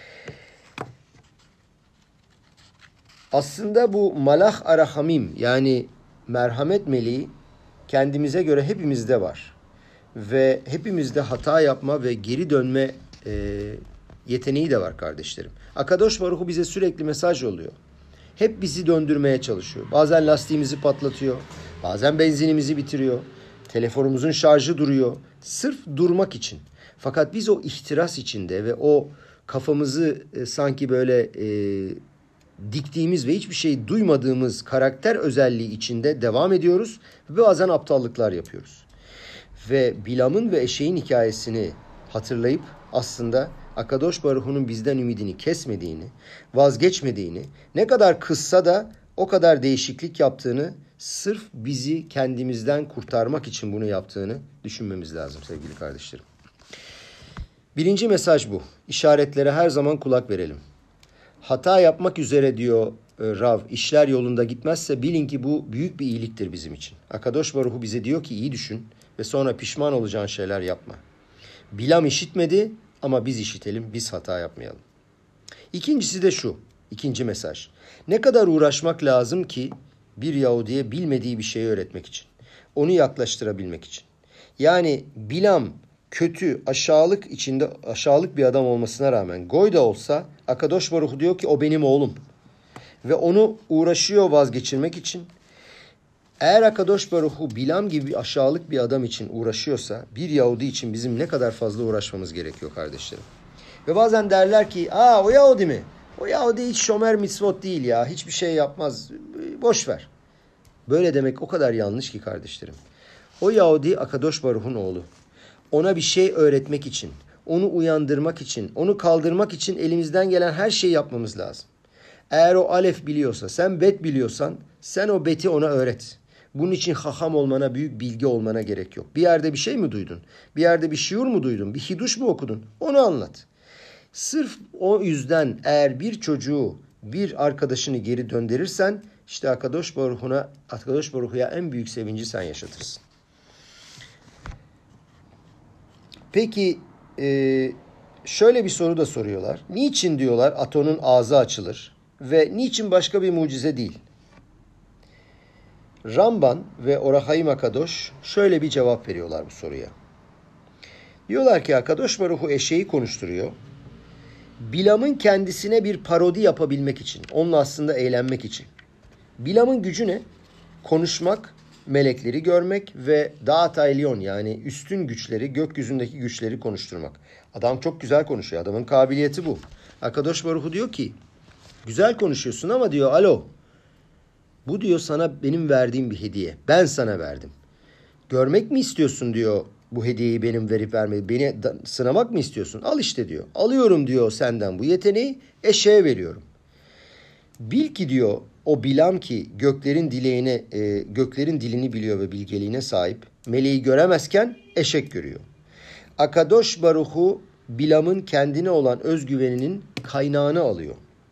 Aslında bu Malach Arahamim, yani merhamet meleği kendimize göre hepimizde var. Ve hepimizde hata yapma ve geri dönme yeteneği de var kardeşlerim. Akadosh Baruhu bize sürekli mesaj yolluyor. Hep bizi döndürmeye çalışıyor. Bazen lastiğimizi patlatıyor. Bazen benzinimizi bitiriyor. Telefonumuzun şarjı duruyor. Sırf durmak için. Fakat biz o ihtiras içinde ve o kafamızı sanki böyle diktiğimiz ve hiçbir şey duymadığımız karakter özelliği içinde devam ediyoruz. Ve bazen aptallıklar yapıyoruz. Ve Bilam'ın ve eşeğin hikayesini hatırlayıp aslında Akadosh Baruhu'nun bizden ümidini kesmediğini, vazgeçmediğini, ne kadar kızsa da o kadar değişiklik yaptığını, sırf bizi kendimizden kurtarmak için bunu yaptığını düşünmemiz lazım sevgili kardeşlerim. Birinci mesaj bu. İşaretlere her zaman kulak verelim. Hata yapmak üzere diyor Rav, işler yolunda gitmezse bilin ki bu büyük bir iyiliktir bizim için. Akadosh Baruhu bize diyor ki iyi düşün ve sonra pişman olacağın şeyler yapma. Bilam işitmedi ama biz işitelim, biz hata yapmayalım. İkincisi de şu. İkinci mesaj. Ne kadar uğraşmak lazım ki bir Yahudi'ye bilmediği bir şeyi öğretmek için. Onu yaklaştırabilmek için. Yani Bilam kötü, aşağılık bir adam olmasına rağmen Goy da olsa Akadosh Baruch diyor ki o benim oğlum. Ve onu uğraşıyor vazgeçirmek için. Eğer Akadosh Baruch Bilam gibi aşağılık bir adam için uğraşıyorsa bir Yahudi için bizim ne kadar fazla uğraşmamız gerekiyor kardeşlerim. Ve bazen derler ki o Yahudi mi? O Yahudi hiç şomer mitzvot değil ya. Hiçbir şey yapmaz. Boş ver. Böyle demek o kadar yanlış ki kardeşlerim. O Yahudi Akadosh Baruch'un oğlu. Ona bir şey öğretmek için, onu uyandırmak için, onu kaldırmak için elimizden gelen her şeyi yapmamız lazım. Eğer o alef biliyorsa, sen bet biliyorsan, sen o beti ona öğret. Bunun için haham olmana, büyük bilgi olmana gerek yok. Bir yerde bir şey mi duydun? Bir yerde bir şiur mu duydun? Bir hiduş mu okudun? Onu anlat. Sırf o yüzden eğer bir çocuğu, bir arkadaşını geri döndürürsen, işte Akadosh Baruch'a en büyük sevinci sen yaşatırsın. Peki şöyle bir soru da soruyorlar. Niçin diyorlar Aton'un ağzı açılır ve niçin başka bir mucize değil? Ramban ve Or HaHaim Akadosh şöyle bir cevap veriyorlar bu soruya. Diyorlar ki Akadosh Baruch eşeği konuşturuyor. Bilam'ın kendisine bir parodi yapabilmek için, onunla aslında eğlenmek için. Bilam'ın gücü ne? Konuşmak, melekleri görmek ve Da'at Elyon yani üstün güçleri, gökyüzündeki güçleri konuşturmak. Adam çok güzel konuşuyor. Adamın kabiliyeti bu. Akadosh Baruch diyor ki güzel konuşuyorsun ama diyor alo. Bu diyor sana benim verdiğim bir hediye. Ben sana verdim. Görmek mi istiyorsun diyor bu hediyeyi benim verip vermeyi. Beni sınamak mı istiyorsun? Al işte diyor. Alıyorum diyor senden bu yeteneği eşeğe veriyorum. Bil ki diyor o Bilam ki göklerin dilini biliyor ve bilgeliğine sahip. Meleği göremezken eşek görüyor. Akadosh Baruch'u Bilam'ın kendine olan özgüveninin kaynağını alıyor.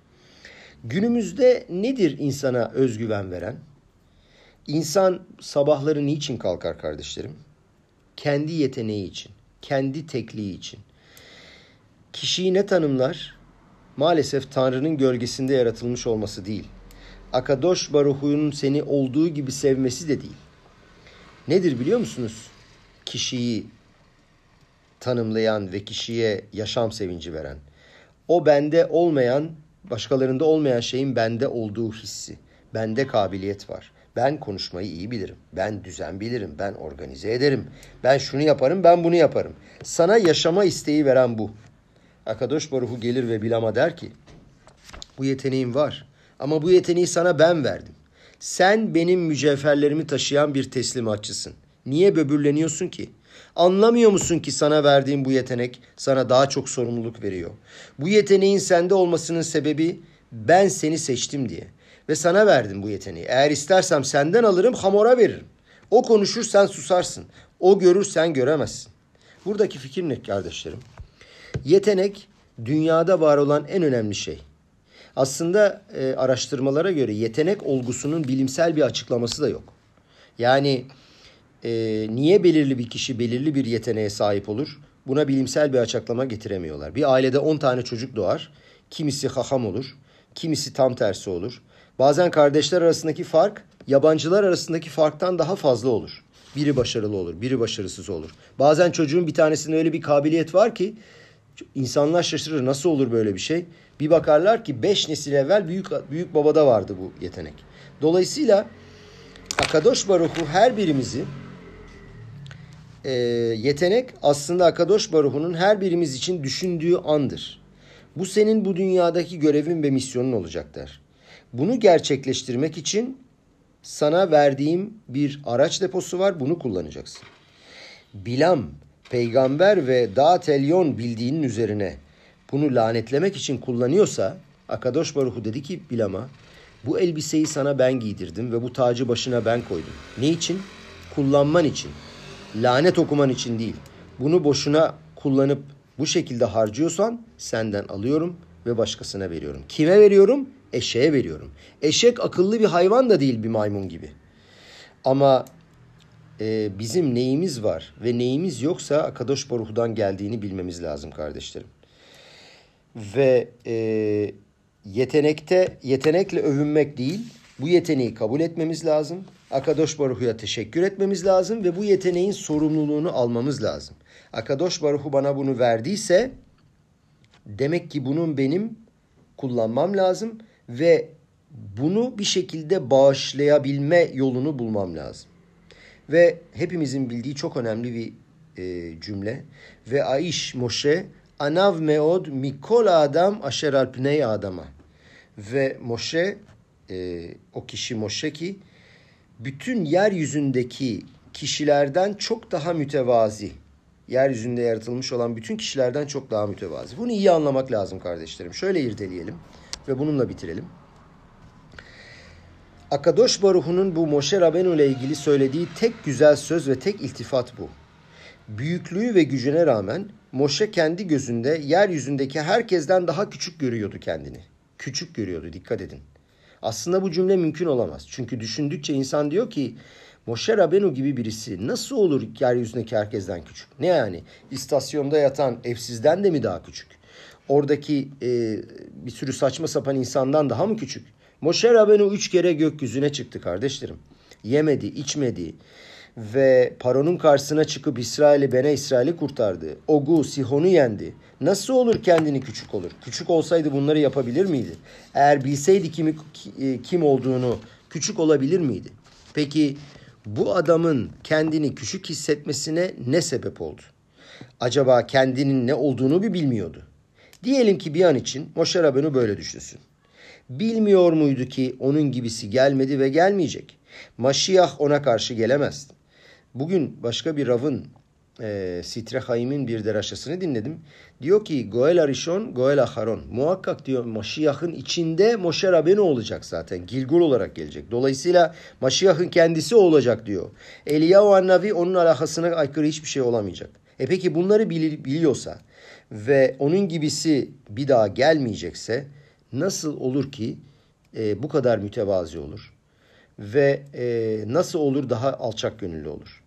Günümüzde nedir insana özgüven veren? İnsan sabahları niçin kalkar kardeşlerim? Kendi yeteneği için, kendi tekliği için. Kişiyi ne tanımlar? Maalesef Tanrı'nın gölgesinde yaratılmış olması değil. Akadosh Baruch'un seni olduğu gibi sevmesi de değil. Nedir biliyor musunuz? Kişiyi tanımlayan ve kişiye yaşam sevinci veren. O bende olmayan, başkalarında olmayan şeyin bende olduğu hissi. Bende kabiliyet var. Ben konuşmayı iyi bilirim. Ben düzen bilirim. Ben organize ederim. Ben şunu yaparım, ben bunu yaparım. Sana yaşama isteği veren bu. Akadosh Baruch gelir ve Bilam'a der ki, bu yeteneğin var ama bu yeteneği sana ben verdim. Sen benim mücevherlerimi taşıyan bir teslimatçısın. Niye böbürleniyorsun ki? Anlamıyor musun ki sana verdiğim bu yetenek sana daha çok sorumluluk veriyor? Bu yeteneğin sende olmasının sebebi ben seni seçtim diye. Ve sana verdim bu yeteneği. Eğer istersem senden alırım, Hamor'a veririm. O konuşur, sen susarsın. O görür, sen göremezsin. Buradaki fikir ne kardeşlerim? Yetenek dünyada var olan en önemli şey. Aslında araştırmalara göre yetenek olgusunun bilimsel bir açıklaması da yok. Yani niye belirli bir kişi belirli bir yeteneğe sahip olur? Buna bilimsel bir açıklama getiremiyorlar. Bir ailede 10 tane çocuk doğar. Kimisi haham olur, kimisi tam tersi olur. Bazen kardeşler arasındaki fark yabancılar arasındaki farktan daha fazla olur. Biri başarılı olur, biri başarısız olur. Bazen çocuğun bir tanesinde öyle bir kabiliyet var ki insanlar şaşırır, nasıl olur böyle bir şey? Bir bakarlar ki 5 nesil evvel büyük babada vardı bu yetenek. Dolayısıyla Akadosh Baruch'u her birimizi yetenek aslında Akadosh Baruch'un her birimiz için düşündüğü andır. Bu senin bu dünyadaki görevin ve misyonun olacak der. Bunu gerçekleştirmek için sana verdiğim bir araç deposu var, bunu kullanacaksın. Bilam, peygamber ve Da'at Elyon bildiğinin üzerine bunu lanetlemek için kullanıyorsa, Akadosh Baruch dedi ki Bilam'a, bu elbiseyi sana ben giydirdim ve bu tacı başına ben koydum. Ne için? Kullanman için. Lanet okuman için değil. Bunu boşuna kullanıp bu şekilde harcıyorsan senden alıyorum ve başkasına veriyorum. Kime veriyorum? Eşeğe veriyorum. Eşek akıllı bir hayvan da değil bir maymun gibi. Ama bizim neyimiz var ve neyimiz yoksa Akadosh Baruch'dan geldiğini bilmemiz lazım kardeşlerim. Ve yetenekle övünmek değil, bu yeteneği kabul etmemiz lazım. Akadosh Baruhu'ya teşekkür etmemiz lazım ve bu yeteneğin sorumluluğunu almamız lazım. Akadosh Baruhu bana bunu verdiyse demek ki bunun benim kullanmam lazım ve bunu bir şekilde bağışlayabilme yolunu bulmam lazım. Ve hepimizin bildiği çok önemli bir cümle. Ve Aish Moshe anav meod mikol adam asher al pnei adama. Ve Moshe, o kişi Moshe ki bütün yeryüzündeki kişilerden çok daha mütevazi. Yeryüzünde yaratılmış olan bütün kişilerden çok daha mütevazi. Bunu iyi anlamak lazım kardeşlerim. Şöyle irdeleyelim ve bununla bitirelim. Akadosh Baruhu'nun bu Moshe Rabenu ile ilgili söylediği tek güzel söz ve tek iltifat bu. Büyüklüğü ve gücüne rağmen Moshe kendi gözünde yeryüzündeki herkesten daha küçük görüyordu kendini. Küçük görüyordu, dikkat edin. Aslında bu cümle mümkün olamaz. Çünkü düşündükçe insan diyor ki Moshe Rabenu gibi birisi nasıl olur yeryüzündeki herkesten küçük? Ne yani? İstasyonda yatan evsizden de mi daha küçük? Oradaki bir sürü saçma sapan insandan daha mı küçük? Moshe Rabenu 3 kere gökyüzüne çıktı kardeşlerim. Yemedi, içmedi ve Paron'un karşısına çıkıp Bene İsrail'i kurtardı. Og'u, Sihon'u yendi. Nasıl olur kendini küçük olur? Küçük olsaydı bunları yapabilir miydi? Eğer bilseydi kim olduğunu küçük olabilir miydi? Peki bu adamın kendini küçük hissetmesine ne sebep oldu? Acaba kendinin ne olduğunu mu bilmiyordu? Diyelim ki bir an için Moshe Rabenu böyle düşünsün. Bilmiyor muydu ki onun gibisi gelmedi ve gelmeyecek? Maşiyah ona karşı gelemez. Bugün başka bir Rav'ın Sitre Haim'in bir deraşasını dinledim. Diyor ki Goel Arishon, Goel Aharon. Muhakkak diyor Maşiyah'ın içinde Moshe Rabenu olacak zaten. Gilgul olarak gelecek. Dolayısıyla Maşiyah'ın kendisi olacak diyor. Eliyahu Annavi onun alakasına aykırı hiçbir şey olamayacak. Peki bunları biliyorsa ve onun gibisi bir daha gelmeyecekse nasıl olur ki bu kadar mütevazi olur? Ve nasıl olur daha alçak gönüllü olur?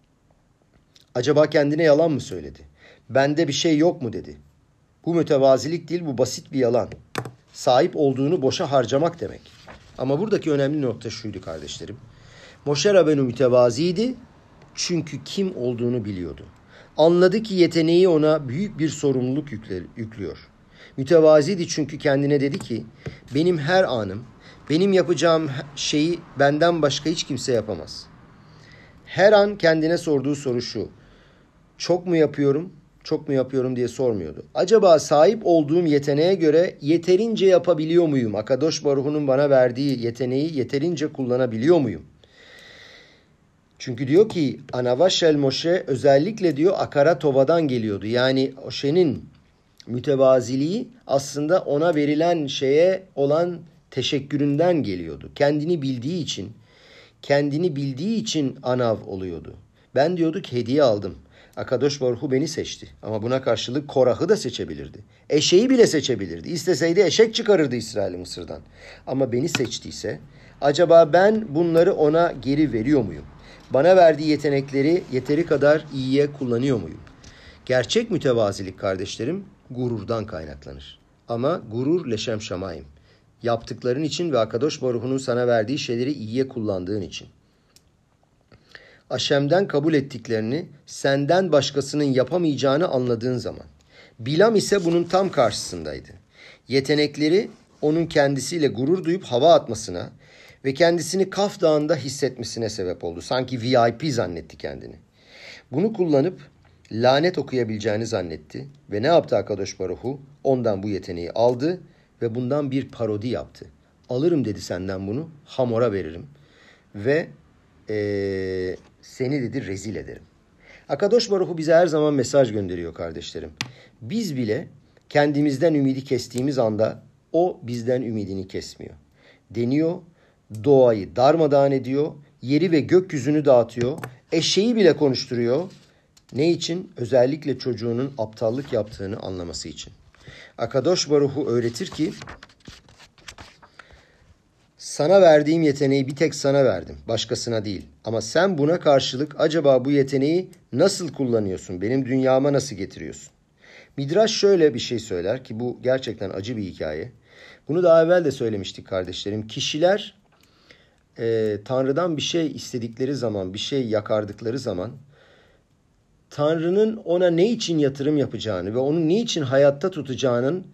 Acaba kendine yalan mı söyledi? Bende bir şey yok mu dedi. Bu mütevazilik değil, bu basit bir yalan. Sahip olduğunu boşa harcamak demek. Ama buradaki önemli nokta şuydu kardeşlerim. Moshe Rabenu mütevaziydi çünkü kim olduğunu biliyordu. Anladı ki yeteneği ona büyük bir sorumluluk yüklüyor. Mütevaziydi çünkü kendine dedi ki benim her anım, benim yapacağım şeyi benden başka hiç kimse yapamaz. Her an kendine sorduğu soru şu. Çok mu yapıyorum diye sormuyordu. Acaba sahip olduğum yeteneğe göre yeterince yapabiliyor muyum? Akadosh Baruhu'nun bana verdiği yeteneği yeterince kullanabiliyor muyum? Çünkü diyor ki Anavashel Moshe özellikle diyor Akara Tova'dan geliyordu. Yani Moshe'nin mütevaziliği aslında ona verilen şeye olan teşekküründen geliyordu. Kendini bildiği için anav oluyordu. Ben diyordu ki hediye aldım. Akadosh Baruhu beni seçti. Ama buna karşılık Korah'ı da seçebilirdi. Eşeği bile seçebilirdi. İsteseydi eşek çıkarırdı İsrail'i Mısır'dan. Ama beni seçtiyse acaba ben bunları ona geri veriyor muyum? Bana verdiği yetenekleri yeteri kadar iyiye kullanıyor muyum? Gerçek mütevazilik kardeşlerim gururdan kaynaklanır. Ama gurur leşem şamayim. Yaptıkların için ve Akadosh Baruhu'nun sana verdiği şeyleri iyiye kullandığın için. Aşem'den kabul ettiklerini senden başkasının yapamayacağını anladığın zaman. Bilam ise bunun tam karşısındaydı. Yetenekleri onun kendisiyle gurur duyup hava atmasına ve kendisini Kaf Dağı'nda hissetmesine sebep oldu. Sanki VIP zannetti kendini. Bunu kullanıp lanet okuyabileceğini zannetti. Ve ne yaptı Akadosh Baruhu? Ondan bu yeteneği aldı ve bundan bir parodi yaptı. Alırım dedi senden bunu, Hamor'a veririm. Ve seni dedi rezil ederim. Akadosh Baruhu bize her zaman mesaj gönderiyor kardeşlerim. Biz bile kendimizden ümidi kestiğimiz anda o bizden ümidini kesmiyor. Deniyor, doğayı darmadağın ediyor, yeri ve gökyüzünü dağıtıyor, eşeği bile konuşturuyor. Ne için? Özellikle çocuğunun aptallık yaptığını anlaması için. Akadosh Baruhu öğretir ki sana verdiğim yeteneği bir tek sana verdim, başkasına değil. Ama sen buna karşılık acaba bu yeteneği nasıl kullanıyorsun? Benim dünyama nasıl getiriyorsun? Midraş şöyle bir şey söyler ki bu gerçekten acı bir hikaye. Bunu daha evvel de söylemiştik kardeşlerim. Kişiler Tanrı'dan bir şey istedikleri zaman, bir şey yakardıkları zaman Tanrı'nın ona ne için yatırım yapacağını ve onu ne için hayatta tutacağının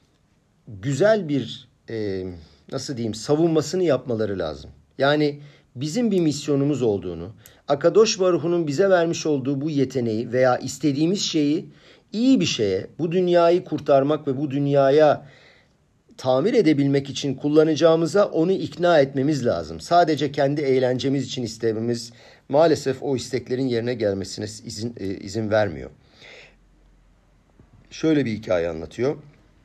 güzel bir nasıl diyeyim savunmasını yapmaları lazım. Yani bizim bir misyonumuz olduğunu, Akadosh Baruhu'nun bize vermiş olduğu bu yeteneği veya istediğimiz şeyi iyi bir şeye, bu dünyayı kurtarmak ve bu dünyaya tamir edebilmek için kullanacağımıza onu ikna etmemiz lazım. Sadece kendi eğlencemiz için istememiz maalesef o isteklerin yerine gelmesine izin vermiyor. Şöyle bir hikaye anlatıyor.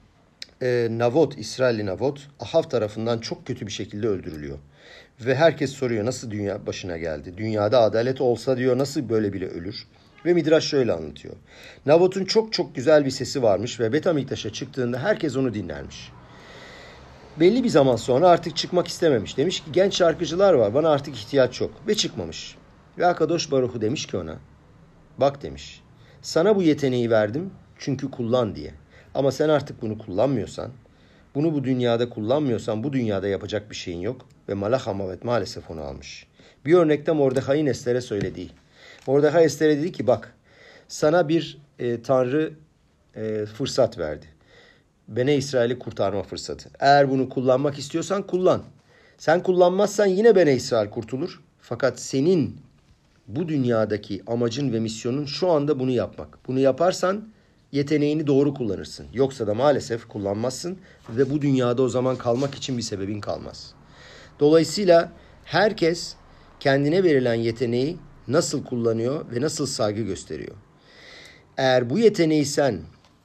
Navot, İsrailli Navot, Ahav tarafından çok kötü bir şekilde öldürülüyor. Ve herkes soruyor nasıl dünya başına geldi? Dünyada adalet olsa diyor nasıl böyle biri ölür? Ve Midraş şöyle anlatıyor. Navot'un çok çok güzel bir sesi varmış ve Bet Hamiktaş'a çıktığında herkes onu dinlermiş. Belli bir zaman sonra artık çıkmak istememiş. Demiş ki genç şarkıcılar var, bana artık ihtiyaç yok. Ve çıkmamış. Ve Akadosh Baruhu demiş ki ona, bak demiş, sana bu yeteneği verdim çünkü kullan diye. Ama sen artık bunu kullanmıyorsan, bunu bu dünyada kullanmıyorsan bu dünyada yapacak bir şeyin yok. Ve Malach Hamavet maalesef onu almış. Bir örnekte Mordechai'nin Ester'e söylediği. Mordechai Ester'e dedi ki bak sana bir Tanrı fırsat verdi. Bene İsrail'i kurtarma fırsatı. Eğer bunu kullanmak istiyorsan kullan. Sen kullanmazsan yine Bene İsrail kurtulur. Fakat senin bu dünyadaki amacın ve misyonun şu anda bunu yapmak. Bunu yaparsan yeteneğini doğru kullanırsın. Yoksa da maalesef kullanmazsın ve bu dünyada o zaman kalmak için bir sebebin kalmaz. Dolayısıyla herkes kendine verilen yeteneği nasıl kullanıyor ve nasıl saygı gösteriyor. Eğer bu yeteneği sen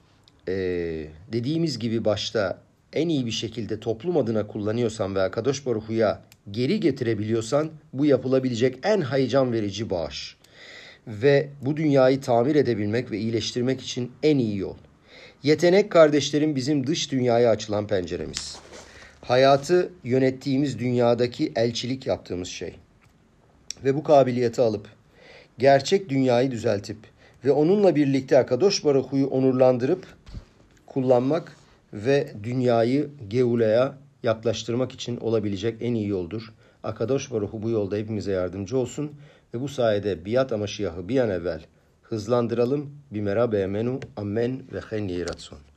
dediğimiz gibi başta en iyi bir şekilde toplum adına kullanıyorsan ve Akadosh Baruhu'ya geri getirebiliyorsan bu yapılabilecek en heyecan verici bağış. Ve bu dünyayı tamir edebilmek ve iyileştirmek için en iyi yol. Yetenek kardeşlerim bizim dış dünyaya açılan penceremiz. Hayatı yönettiğimiz dünyadaki elçilik yaptığımız şey. Ve bu kabiliyeti alıp gerçek dünyayı düzeltip ve onunla birlikte Akadosh Baruhu'yu onurlandırıp kullanmak ve dünyayı Geula'ya yaklaştırmak için olabilecek en iyi yoldur. Akadosh Baruhu bu yolda hepimize yardımcı olsun ve bu sayede Biyat Amaşiyah'ı bir an evvel hızlandıralım. Bimera be'emenu amen ve chen yehi ratson.